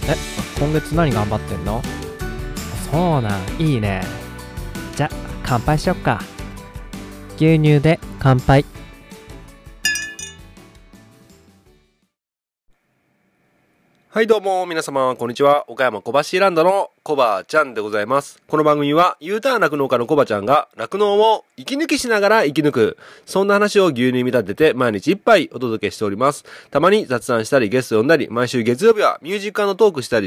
え、今月何頑張ってんの？そうなん、いいね。じゃ、乾杯しよっか。牛乳で乾杯。 はいどうも皆様こんにちは。岡山小橋ランドのコバちゃんでございます。この番組は U ターン酪農家のコバちゃんが酪農を息抜きしながら生き抜く、そんな話を牛乳に見立てて毎日一杯お届けしております。たまに雑談したりゲスト呼んだり、毎週月曜日はミュージック&トークしたり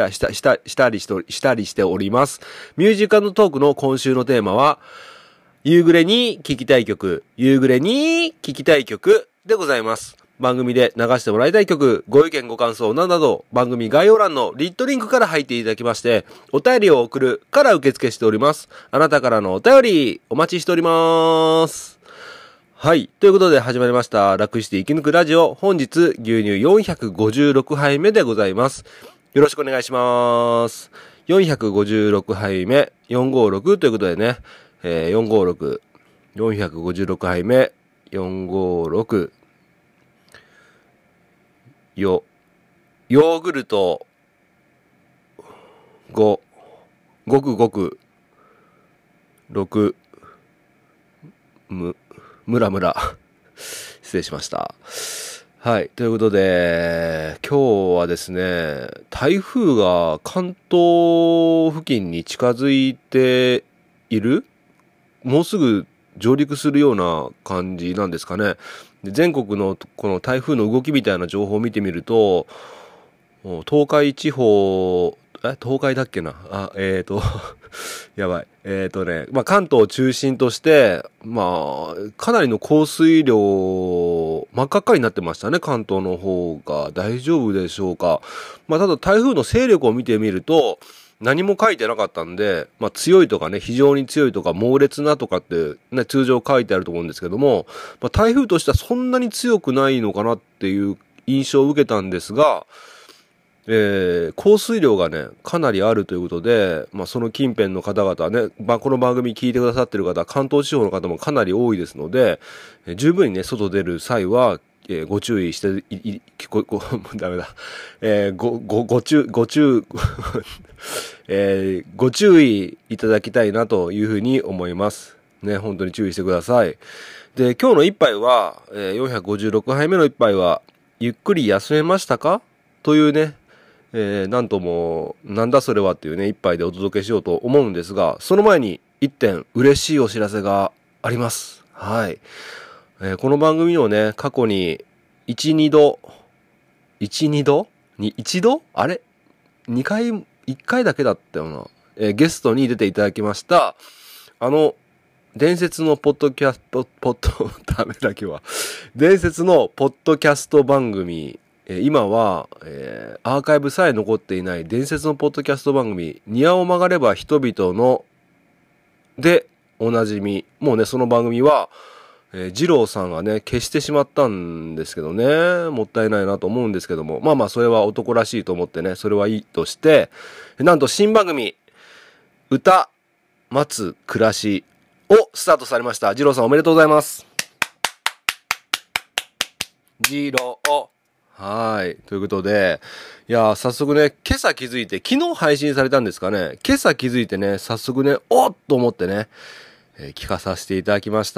しております。ミュージック&トークの今週のテーマは夕暮れに聴きたい曲、夕暮れに聴きたい曲でございます。番組で流してもらいたい曲、ご意見ご感想など、番組概要欄のリットリンクから入っていただきまして、お便りを送るから受付しております。あなたからのお便り、お待ちしております。はい。ということで始まりました。楽して生き抜くラジオ。本日、牛乳456杯目でございます。よろしくお願いします。456杯目、456ということでね、456、456杯目、456、ヨーグルト5、ごくごく6、ムラムラ失礼しました。はい。ということで、今日はですね、台風が関東付近に近づいている？もうすぐ上陸するような感じなんですかね。で、全国のこの台風の動きみたいな情報を見てみると、東海地方、東海だっけなやばい。関東を中心として、かなりの降水量、真っ赤っかになってましたね、関東の方が。大丈夫でしょうか。ただ台風の勢力を見てみると、何も書いてなかったんで、強いとかね、非常に強いとか、猛烈なとかってね、通常書いてあると思うんですけども、台風としてはそんなに強くないのかなっていう印象を受けたんですが、降水量がね、かなりあるということで、その近辺の方々ね、この番組聞いてくださってる方、関東地方の方もかなり多いですので、十分にね、外出る際は、ご注意して、ダメだ。ご注意いただきたいなというふうに思います。ね、本当に注意してください。で、今日の一杯は、456杯目の一杯は、ゆっくり休めましたかというね、なんとも、なんだそれはっていうね、一杯でお届けしようと思うんですが、その前に一点嬉しいお知らせがあります。はい。この番組をね、過去に1、2度に一度あれ ?2 回、1回だけだったよな。ゲストに出ていただきました、伝説のダメだ今日は。伝説のポッドキャスト番組、今は、アーカイブさえ残っていない伝説のポッドキャスト番組、庭を曲がれば人々の、で、おなじみ。もうね、その番組は、二郎さんがね、消してしまったんですけどね、もったいないなと思うんですけども、それは男らしいと思ってね、それはいいとして、なんと新番組、歌、待つ暮らしをスタートされました。二郎さんおめでとうございます。二郎。はい。ということで、いや、早速ね、今朝気づいて、昨日配信されたんですかね、今朝気づいてね、早速ね、おっと思ってね、聞かさせていただきました。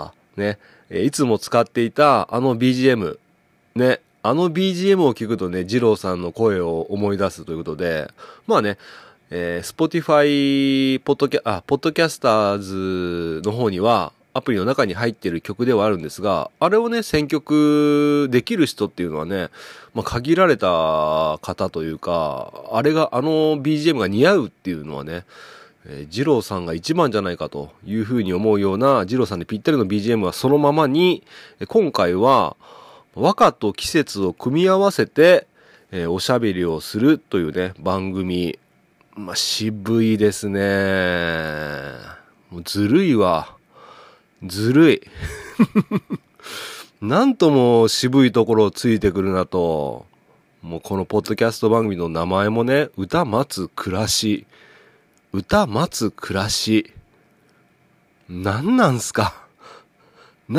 ね。いつも使っていたあの BGM。ね。あの BGM を聞くとね、二郎さんの声を思い出すということで、Spotify ポッドキャスターズの方には、アプリの中に入っている曲ではあるんですが、あれをね、選曲できる人っていうのはね、限られた方というか、あの BGM が似合うっていうのはね、二郎さんが一番じゃないかというふうに思うような二郎さんにぴったりの BGM はそのままに、今回は和歌と季節を組み合わせて、おしゃべりをするというね、番組。渋いですね。もうずるいわ。ずるい。なんとも渋いところをついてくるなと。もうこのポッドキャスト番組の名前もね、歌待つ暮らし。歌待つ暮らし。なんなんすかこ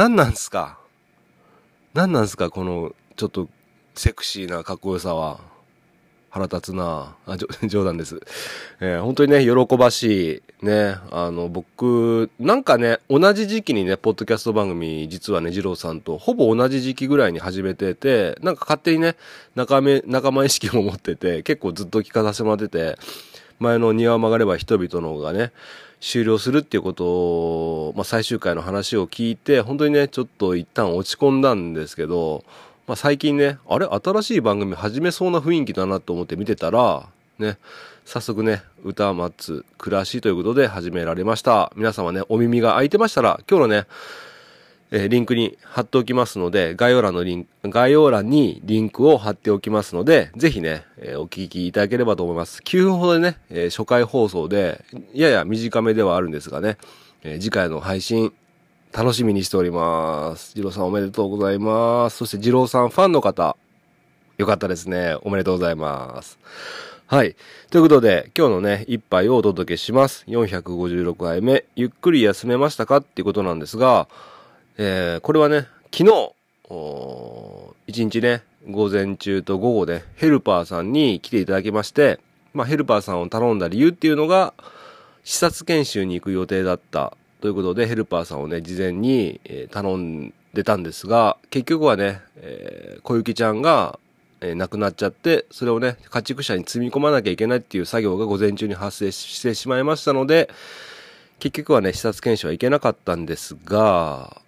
のちょっとセクシーなかっこよさは。 腹立つな冗談です。本当にね、喜ばしい。ね、僕、なんかね、同じ時期にね、ポッドキャスト番組、実はね、二郎さんとほぼ同じ時期ぐらいに始めてて、なんか勝手にね、仲間意識も持ってて、結構ずっと聞かさせてもらってて、前の庭を曲がれば人々のがね、終了するっていうことを、最終回の話を聞いて、本当にね、ちょっと一旦落ち込んだんですけど、最近ね、あれ新しい番組始めそうな雰囲気だなと思って見てたら、ね、早速ね、歌松暮らしということで始められました。皆様ね、お耳が開いてましたら、今日のね、リンクに貼っておきますので、概要欄にリンクを貼っておきますので、ぜひね、お聞きいただければと思います。9分ほどでね、初回放送で、やや短めではあるんですがね、次回の配信、楽しみにしております。二郎さんおめでとうございます。そして二郎さんファンの方、よかったですね。おめでとうございます。はい。ということで、今日のね、一杯をお届けします。456回目、ゆっくり休めましたかっていうことなんですが、これはね、昨日、一日ね、午前中と午後でヘルパーさんに来ていただきまして、ヘルパーさんを頼んだ理由っていうのが、視察研修に行く予定だったということで、ヘルパーさんをね、事前に頼んでたんですが、結局はね、小雪ちゃんが亡くなっちゃって、それをね、家畜車に積み込まなきゃいけないっていう作業が午前中に発生してしまいましたので、結局はね、視察研修は行けなかったんですが、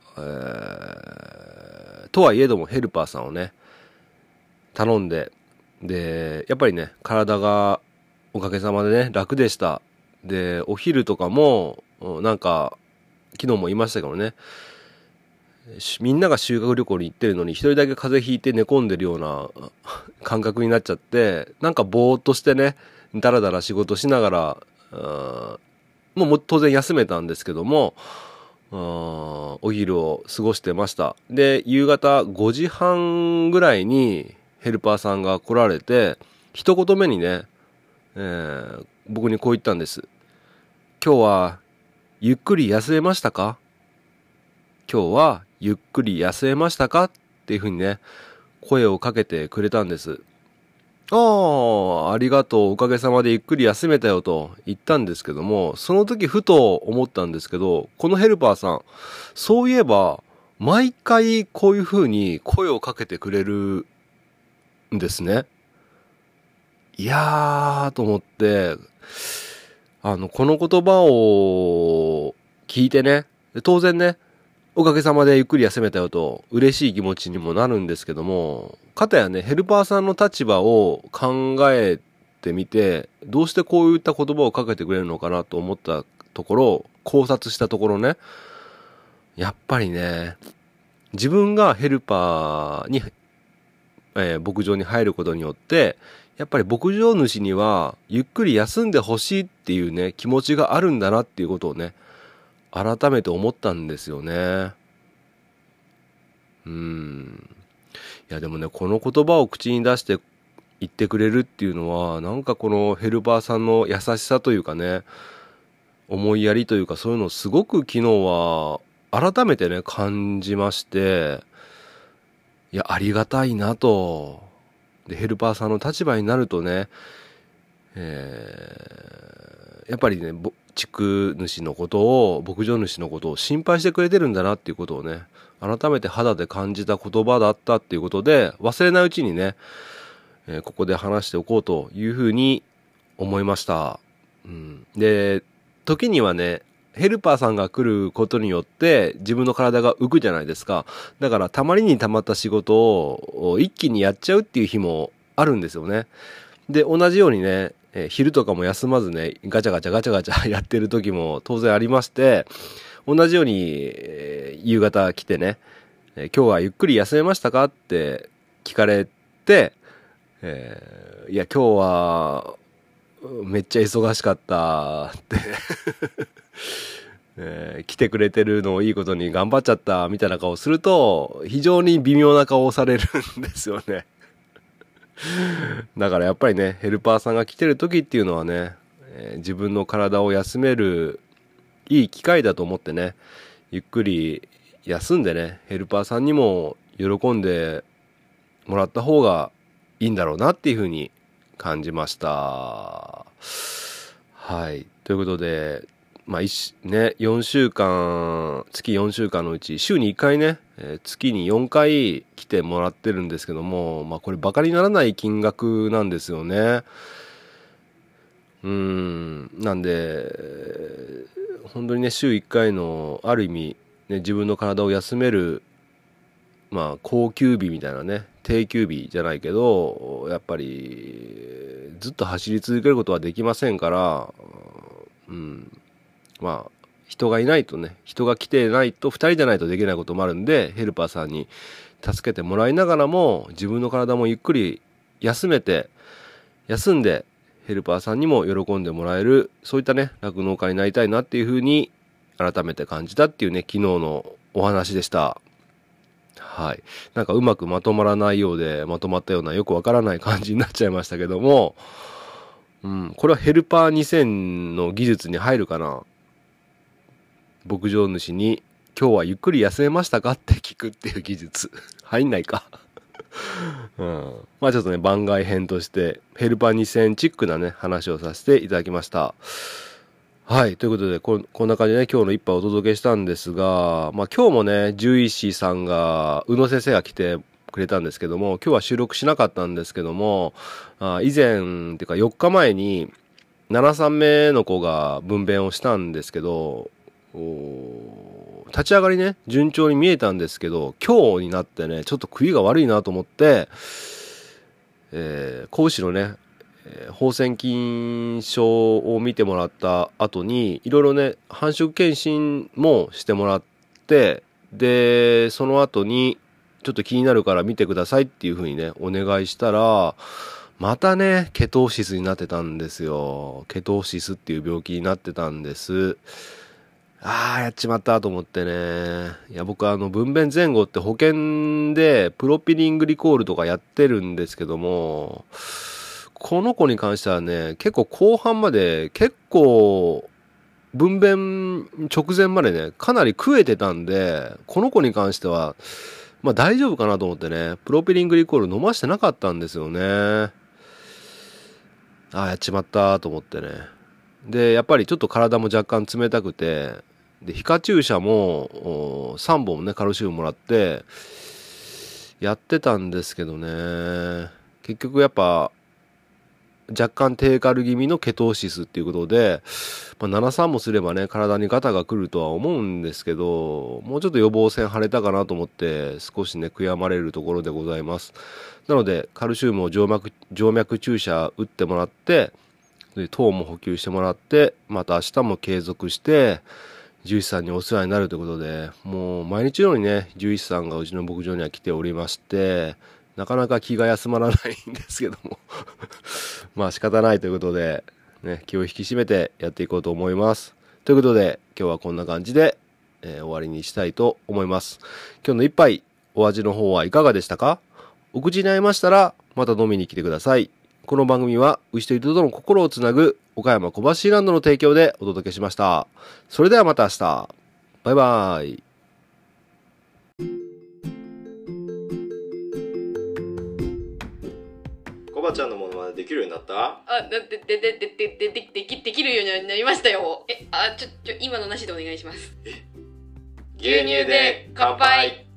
とはいえどもヘルパーさんをね、頼んで、で、やっぱりね、体がおかげさまでね、楽でした。で、お昼とかも、なんか、昨日も言いましたけどね、みんなが修学旅行に行ってるのに一人だけ風邪ひいて寝込んでるような感覚になっちゃって、なんかぼーっとしてね、だらだら仕事しながら、もう当然休めたんですけども、お昼を過ごしてました。で、夕方5時半ぐらいにヘルパーさんが来られて、一言目にね、僕にこう言ったんです。今日はゆっくり休めましたか？今日はゆっくり休めましたかっていうふうにね、声をかけてくれたんです。ありがとう、おかげさまでゆっくり休めたよと言ったんですけども、その時ふと思ったんですけど、このヘルパーさん、そういえば、毎回こういう風に声をかけてくれるんですね。いやーと思って、この言葉を聞いてね、当然ね、おかげさまでゆっくり休めたよと嬉しい気持ちにもなるんですけども、かたやね、ヘルパーさんの立場を考えてみて、どうしてこういった言葉をかけてくれるのかなと思ったところ、考察したところね、やっぱりね、自分がヘルパーに、牧場に入ることによって、やっぱり牧場主にはゆっくり休んでほしいっていうね、気持ちがあるんだなっていうことをね、改めて思ったんですよね。いやでもね、この言葉を口に出して言ってくれるっていうのは、なんかこのヘルパーさんの優しさというかね、思いやりというか、そういうのをすごく昨日は改めてね、感じまして、いや、ありがたいなと。で、ヘルパーさんの立場になるとね、やっぱりね、地区主のことを、牧場主のことを心配してくれてるんだなっていうことをね、改めて肌で感じた言葉だったっていうことで、忘れないうちにね、ここで話しておこうというふうに思いました。で、時にはね、ヘルパーさんが来ることによって自分の体が浮くじゃないですか。だからたまりにたまった仕事を一気にやっちゃうっていう日もあるんですよね。で、同じようにね、昼とかも休まずね、ガチャガチャやってる時も当然ありまして、同じように、夕方来てね、今日はゆっくり休めましたかって聞かれて、いや今日はめっちゃ忙しかったって来てくれてるのをいいことに頑張っちゃったみたいな顔すると非常に微妙な顔をされるんですよね。だからやっぱりね、ヘルパーさんが来てる時っていうのはね、自分の体を休めるいい機会だと思ってね、ゆっくり休んでね、ヘルパーさんにも喜んでもらった方がいいんだろうなっていうふうに感じました。はい。ということで、4週間、月4週間のうち、週に1回ね、月に4回来てもらってるんですけども、これバカにならない金額なんですよね。なんで、本当にね、週1回の、ある意味、ね、自分の体を休める、高級日みたいなね、定休日じゃないけど、やっぱり、ずっと走り続けることはできませんから、人がいないとね、人が来てないと、2人じゃないとできないこともあるんで、ヘルパーさんに助けてもらいながらも、自分の体もゆっくり休んで、ヘルパーさんにも喜んでもらえる、そういったね、酪農家になりたいなっていうふうに、改めて感じたっていうね、昨日のお話でした。はい。なんかうまくまとまらないようで、まとまったようなよくわからない感じになっちゃいましたけども、これはヘルパー2000の技術に入るかな。牧場主に今日はゆっくり休めましたかって聞くっていう技術。入んないか。ちょっとね、番外編としてヘルパー2000チックなね、話をさせていただきました。はい。ということで、こんな感じでね、今日の一杯をお届けしたんですが、今日もね、獣医師さんが、宇野先生が来てくれたんですけども、今日は収録しなかったんですけども、以前、っていうか4日前に、7、3目の子が分娩をしたんですけど、立ち上がりね、順調に見えたんですけど、今日になってね、ちょっと首が悪いなと思って、子牛のね、放線菌症を見てもらった後に、いろいろね、繁殖検診もしてもらって、で、その後に、ちょっと気になるから見てくださいっていう風にね、お願いしたら、またね、ケトーシスになってたんですよ。ケトーシスっていう病気になってたんです。やっちまったと思ってね。いや、僕分娩前後って保険でプロピリングリコールとかやってるんですけども、この子に関してはね、結構後半まで、分娩直前までね、かなり食えてたんで、この子に関しては、大丈夫かなと思ってね、プロピリングリコール飲ましてなかったんですよね。やっちまったと思ってね。で、やっぱりちょっと体も若干冷たくて、で、皮下注射も3本ね、カルシウムもらって、やってたんですけどね、結局やっぱ、若干低カル気味のケトーシスっていうことで、73もすればね、体にガタが来るとは思うんですけど、もうちょっと予防線張れたかなと思って、少しね、悔やまれるところでございます。なので、カルシウムを静脈注射打ってもらって、で糖も補給してもらって、また明日も継続して、獣医師さんにお世話になるということで、もう毎日のようにね、獣医師さんがうちの牧場には来ておりまして、なかなか気が休まらないんですけども仕方ないということで、ね、気を引き締めてやっていこうと思います。ということで、今日はこんな感じで、終わりにしたいと思います。今日の一杯、お味の方はいかがでしたか？お口に合いましたら、また飲みに来てください。この番組は、牛と人との心をつなぐ、岡山小橋ランドの提供でお届けしました。それではまた明日。バイバイ。コバちゃんのものまでできるようになった？ できるようになりましたよ。今のなしでお願いします。 牛乳で乾杯。